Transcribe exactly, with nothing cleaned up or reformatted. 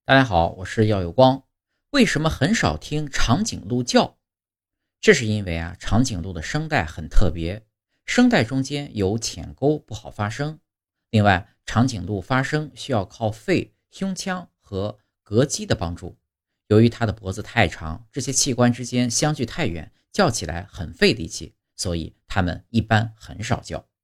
大家好，我是耀有光。为什么很少听长颈鹿叫？这是因为啊，长颈鹿的声带很特别，声带中间有浅沟，不好发声。另外，长颈鹿发声需要靠肺、胸腔和膈肌的帮助。由于它的脖子太长，这些器官之间相距太远，叫起来很费力气，所以它们一般很少叫。